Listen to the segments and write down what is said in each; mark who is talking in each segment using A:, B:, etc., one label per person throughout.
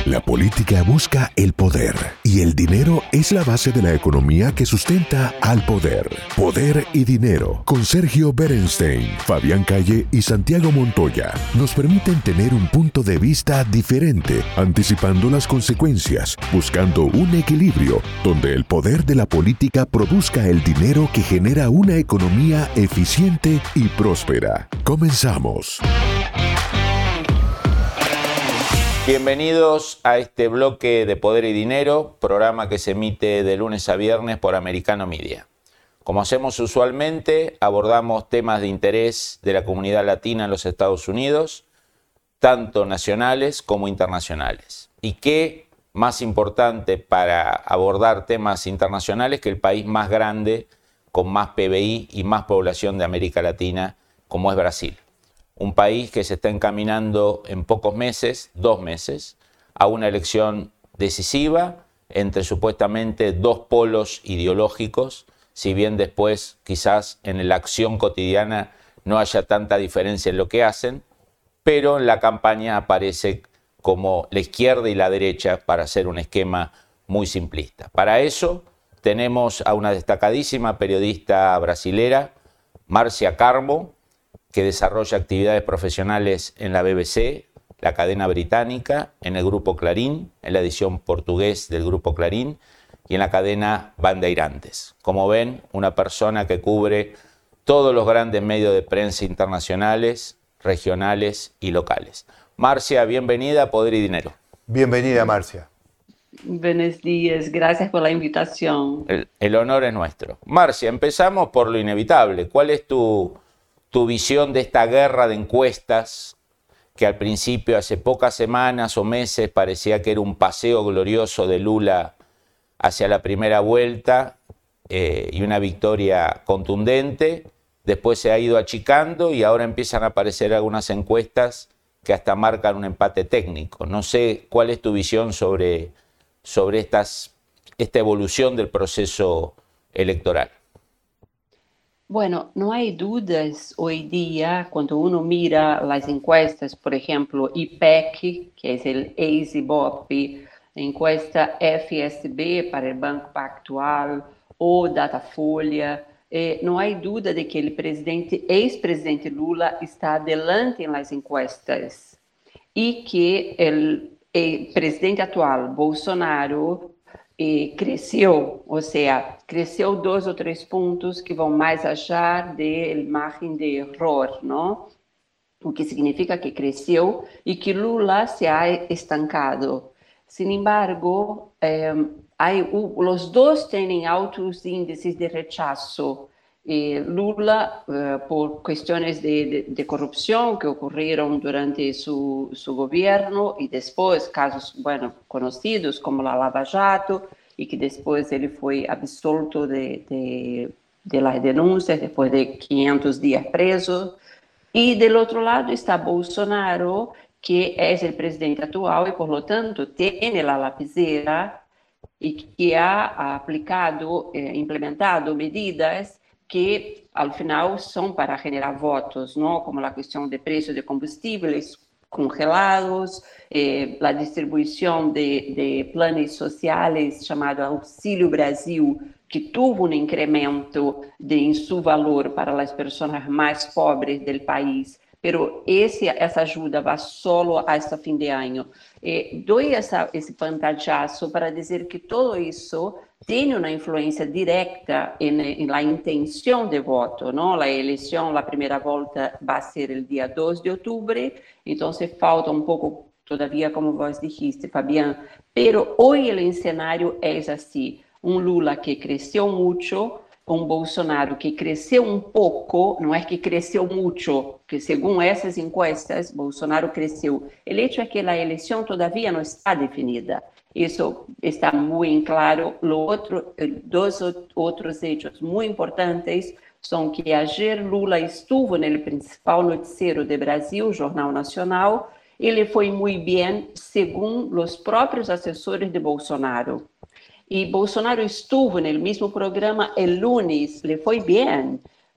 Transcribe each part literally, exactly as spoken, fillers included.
A: La política busca el poder y el dinero es la base de la economía que sustenta al poder. Poder y dinero, con Sergio Berenstein, Fabián Calle y Santiago Montoya, nos permiten tener un punto de vista diferente, anticipando las consecuencias, buscando un equilibrio donde el poder de la política produzca el dinero que genera una economía eficiente y próspera. Comenzamos.
B: Bienvenidos a este bloque de Poder y Dinero, programa que se emite de lunes a viernes por Americano Media. Como hacemos usualmente, abordamos temas de interés de la comunidad latina en los Estados Unidos, tanto nacionales como internacionales. Y qué más importante para abordar temas internacionales que el país más grande, con más P B I y más población de América Latina, como es Brasil. Un país que se está encaminando en pocos meses, dos meses, a una elección decisiva entre supuestamente dos polos ideológicos, si bien después quizás en la acción cotidiana no haya tanta diferencia en lo que hacen, pero en la campaña aparece como la izquierda y la derecha para hacer un esquema muy simplista. Para eso tenemos a una destacadísima periodista brasilera, Marcia Carmo, que desarrolla actividades profesionales en la B B C, la cadena británica, en el Grupo Clarín, en la edición portugués del Grupo Clarín y en la cadena Bandeirantes. Como ven, una persona que cubre todos los grandes medios de prensa internacionales, regionales y locales. Marcia, bienvenida a Poder y Dinero.
C: Bienvenida, Marcia.
D: Buenos días, gracias por la invitación.
B: El, el honor es nuestro. Marcia, empezamos por lo inevitable. ¿Cuál es tu... tu visión de esta guerra de encuestas que al principio, hace pocas semanas o meses, parecía que era un paseo glorioso de Lula hacia la primera vuelta eh, y una victoria contundente? Después se ha ido achicando y ahora empiezan a aparecer algunas encuestas que hasta marcan un empate técnico. No sé cuál es tu visión sobre, sobre estas, esta evolución del proceso electoral.
D: Bueno, no hay dudas hoy día cuando uno mira las encuestas, por ejemplo, I P E C, que es el ex-Ibope, encuesta F S B para el Banco Pactual o Datafolha, eh, no hay duda de que el presidente, ex-presidente Lula está adelante en las encuestas y que el, el presidente actual, Bolsonaro, Eh, cresceu, ou seja, cresceu dois ou três pontos que vão mais allá da margem de error, não? O que significa que cresceu e que Lula se ha estancado. Sin embargo, eh, hay, uh, los dos tienen altos índices de rechazo. Eh, Lula, eh, por cuestiones de, de, de corrupción que ocurrieron durante su, su gobierno y después casos, bueno, conocidos como la Lava Jato, y que después él fue absuelto de, de, de las denuncias después de quinientos días preso. Y del otro lado está Bolsonaro, que es el presidente actual y por lo tanto tiene la lapicera y que ha aplicado, eh, implementado medidas que al final son para generar votos, ¿no? Como la cuestión de precios de combustibles congelados, eh, la distribución de, de planes sociales llamado Auxílio Brasil, que tuvo un incremento de, en su valor para las personas más pobres del país, pero esse, essa ajuda vai solo hasta fin de año. Eh, doy essa, esse pantallazo para dizer que todo isso tem uma influência direta em la intenção de voto, ¿no? A eleição, a primeira volta vai ser o dia dois de outubro, então falta um pouco todavia, como vos dijiste, Fabián, pero hoy el escenario es así, un Lula que creció mucho, un Bolsonaro que cresceu um pouco, não é que cresceu muito, que segundo essas encuestas, Bolsonaro cresceu. O hecho é que a eleição todavia não está definida. Isso está muito claro. Lo outro, dois outros hechos muito importantes são que ayer Lula estuvo no principal noticiero de Brasil, Jornal Nacional. Ele foi muito bem, segundo os próprios assessores de Bolsonaro. E Bolsonaro estuvo no mesmo programa el lunes, le foi bem,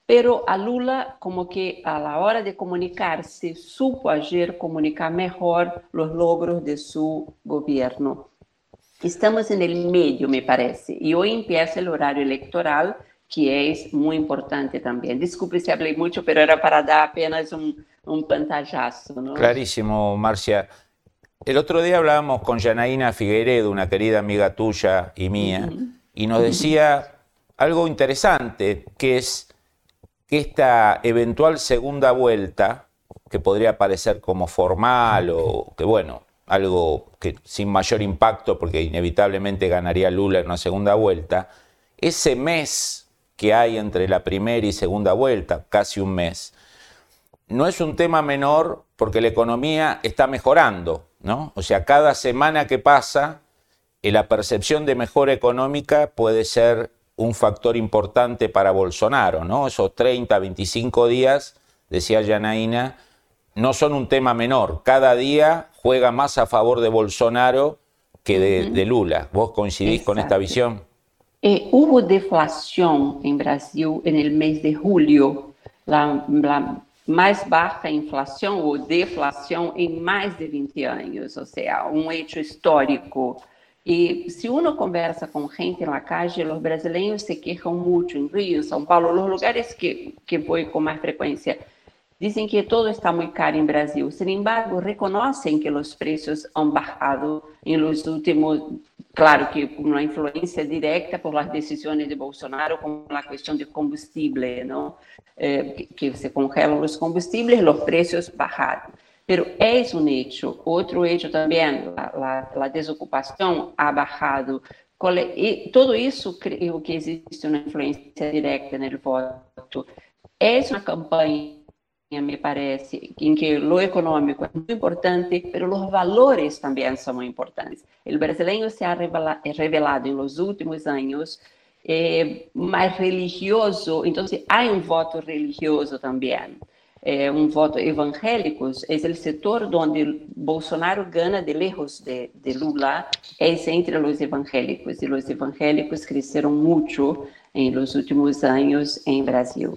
D: pero a Lula como que a la hora de comunicarse supo ayer, comunicar mejor los logros de su gobierno. Estamos en el medio, me parece, y hoy empieza el horario electoral, que es muy importante también. Disculpe si hablé mucho, pero era para dar apenas un, un pantallazo, ¿no?
B: Clarísimo, Marcia. El otro día hablábamos con Yanaína Figueiredo, una querida amiga tuya y mía, uh-huh. y nos decía algo interesante, que es que esta eventual segunda vuelta, que podría parecer como formal o que bueno, algo que sin mayor impacto porque inevitablemente ganaría Lula en una segunda vuelta, ese mes que hay entre la primera y segunda vuelta, casi un mes, no es un tema menor porque la economía está mejorando, ¿no? O sea, cada semana que pasa, la percepción de mejora económica puede ser un factor importante para Bolsonaro, ¿no? Esos treinta, veinticinco días, decía Yanaína, no son un tema menor. Cada día juega más a favor de Bolsonaro que de, uh-huh. de Lula. ¿Vos coincidís Exacto. con esta visión?
D: Eh, hubo deflación en Brasil en el mes de julio, la, la más baja inflación o deflación en más de veinte años, o sea, un hecho histórico. Y si uno conversa con gente en la calle, los brasileños se quejan mucho en Río, en São Paulo, los lugares que, que voy con más frecuencia. Dicen que todo está muy caro en Brasil. Sin embargo, reconocen que los precios han bajado en los últimos, claro que con una influencia directa por las decisiones de Bolsonaro con la cuestión de combustible, ¿no? Eh, que, que se congelan los combustibles, los precios bajaron. Pero es un hecho. Otro hecho también, la, la, la desocupación ha bajado. Y todo eso creo que existe una influencia directa en el voto. Es una campaña, me parece, en que lo económico es muy importante, pero los valores también son muy importantes. El brasileño se ha revelado en los últimos años eh, más religioso, entonces hay un voto religioso también. Eh, un voto evangélico, es el sector donde Bolsonaro gana de lejos de, de Lula, es entre los evangélicos, y los evangélicos crecieron mucho en los últimos años en Brasil.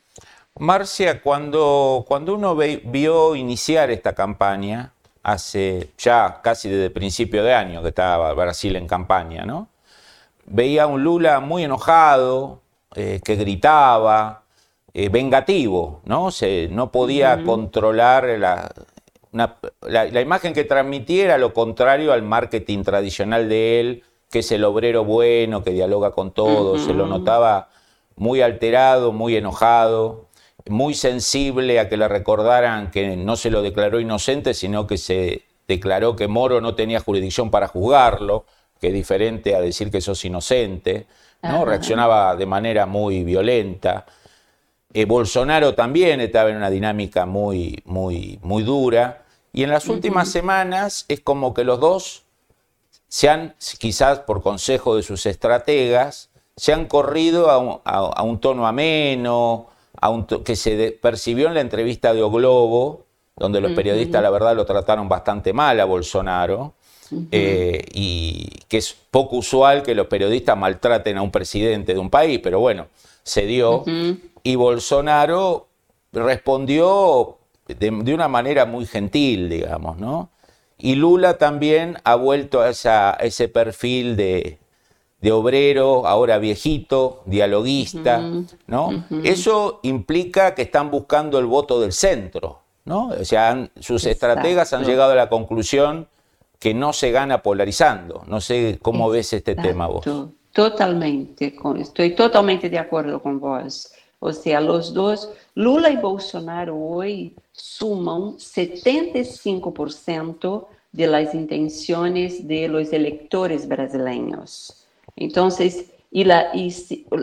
B: Marcia, cuando, cuando uno ve, vio iniciar esta campaña, hace ya casi desde el principio de año que estaba Brasil en campaña, ¿no? Veía a un Lula muy enojado, eh, que gritaba, eh, vengativo, ¿no? Se, no podía uh-huh. controlar la, una, la, la imagen que transmitiera, lo contrario al marketing tradicional de él, que es el obrero bueno, que dialoga con todos, uh-huh. se lo notaba muy alterado, muy enojado, muy sensible a que le recordaran que no se lo declaró inocente, sino que se declaró que Moro no tenía jurisdicción para juzgarlo, que es diferente a decir que sos inocente, ¿no? Uh-huh. Reaccionaba de manera muy violenta. Eh, Bolsonaro también estaba en una dinámica muy, muy, muy dura, y en las uh-huh. últimas semanas es como que los dos se han, quizás por consejo de sus estrategas, se han corrido a un, a, a un tono ameno, a un to- que se de- percibió en la entrevista de O Globo, donde los uh-huh. periodistas la verdad lo trataron bastante mal a Bolsonaro, uh-huh. eh, y que es poco usual que los periodistas maltraten a un presidente de un país, pero bueno, se dio, uh-huh. y Bolsonaro respondió de, de una manera muy gentil, digamos, ¿no? Y Lula también ha vuelto a, esa, a ese perfil de, de obrero, ahora viejito, dialoguista, uh-huh. ¿no? Uh-huh. Eso implica que están buscando el voto del centro, ¿no? O sea, han, sus Exacto. estrategas han llegado a la conclusión que no se gana polarizando. No sé cómo Exacto. ves este tema vos.
D: Totalmente, estoy totalmente de acuerdo con vos. O sea, los dos, Lula y Bolsonaro hoy suman setenta y cinco por ciento de las intenciones de los electores brasileños. Entonces, y la, y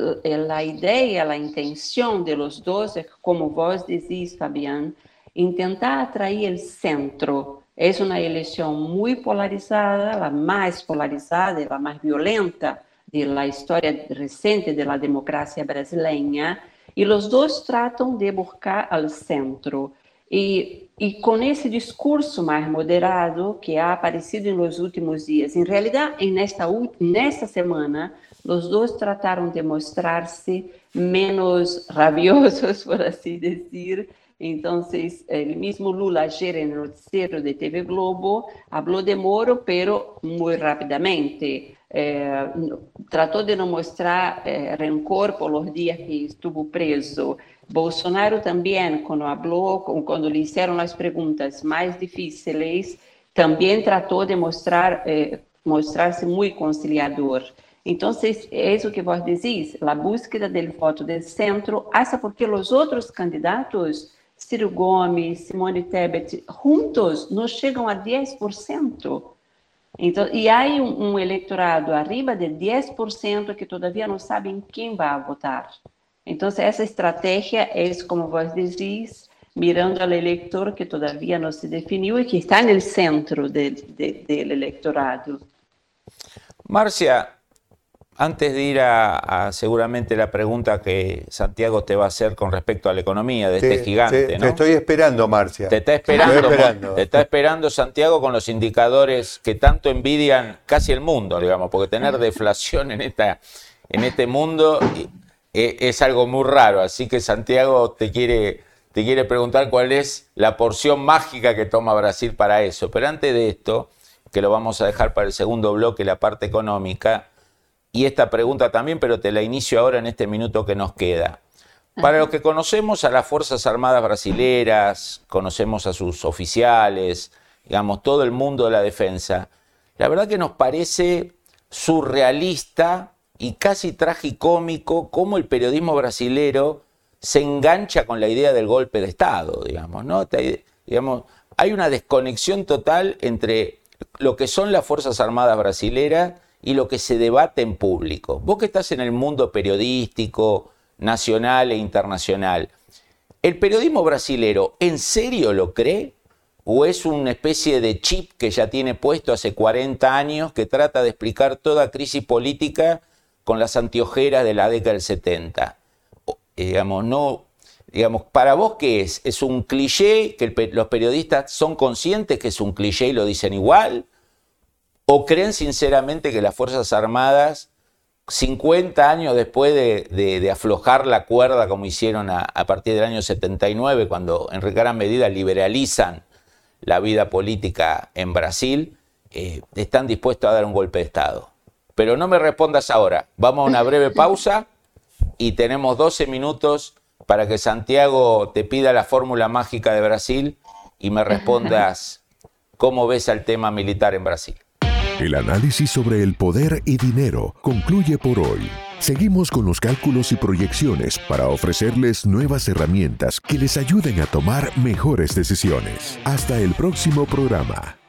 D: la idea, la intención de los dos es, como vos decís, Fabián, intentar atraer el centro. Es una elección muy polarizada, la más polarizada, la más violenta de la historia reciente de la democracia brasileña, y los dos tratan de buscar al centro. Y, y con ese discurso más moderado que ha aparecido en los últimos días, en realidad en esta, en esta semana, los dos trataron de mostrarse menos rabiosos, por así decir. Entonces, el mismo Lula ayer en el noticiero de T V Globo habló de Moro, pero muy rápidamente. Eh, trató de no mostrar eh, rencor por los días que estuvo preso. Bolsonaro también, cuando habló, cuando le hicieron las preguntas más difíciles, también trató de mostrar, eh, mostrarse muy conciliador. Entonces, es lo que vos decís, la búsqueda del voto del centro, hasta porque los otros candidatos, Ciro Gomes, Simone Tebet, juntos no llegan a diez por ciento. Entonces, y hay un, un electorado arriba de diez por ciento que todavía no saben quién va a votar. Entonces, esa estrategia es, como vos decís, mirando al elector que todavía no se definió y que está en el centro de, de, del electorado.
B: Marcia, antes de ir a, a seguramente la pregunta que Santiago te va a hacer con respecto a la economía de te, este gigante,
C: te,
B: ¿no?
C: Te estoy esperando, Marcia.
B: Te está esperando,
C: estoy esperando.
B: Te está esperando Santiago con los indicadores que tanto envidian casi el mundo, digamos, porque tener deflación en, esta, en este mundo es algo muy raro. Así que Santiago te quiere, te quiere preguntar cuál es la porción mágica que toma Brasil para eso. Pero antes de esto, que lo vamos a dejar para el segundo bloque, la parte económica, y esta pregunta también, pero te la inicio ahora en este minuto que nos queda. Para los que conocemos a las Fuerzas Armadas brasileras, conocemos a sus oficiales, digamos, todo el mundo de la defensa, la verdad que nos parece surrealista y casi tragicómico cómo el periodismo brasilero se engancha con la idea del golpe de Estado, digamos, ¿no? Te, digamos, hay una desconexión total entre lo que son las Fuerzas Armadas brasileras y lo que se debate en público. Vos que estás en el mundo periodístico, nacional e internacional, ¿el periodismo brasilero en serio lo cree? ¿O es una especie de chip que ya tiene puesto hace cuarenta años que trata de explicar toda crisis política con las anteojeras de la década del setenta? O, digamos, no, digamos, ¿para vos qué es? ¿Es un cliché que el, los periodistas son conscientes que es un cliché y lo dicen igual? ¿O creen sinceramente que las Fuerzas Armadas, cincuenta años después de, de, de aflojar la cuerda como hicieron a, a partir del año setenta y nueve, cuando en gran medida liberalizan la vida política en Brasil, eh, están dispuestos a dar un golpe de Estado? Pero no me respondas ahora. Vamos a una breve pausa y tenemos doce minutos para que Santiago te pida la fórmula mágica de Brasil y me respondas cómo ves al tema militar en Brasil.
A: El análisis sobre el poder y dinero concluye por hoy. Seguimos con los cálculos y proyecciones para ofrecerles nuevas herramientas que les ayuden a tomar mejores decisiones. Hasta el próximo programa.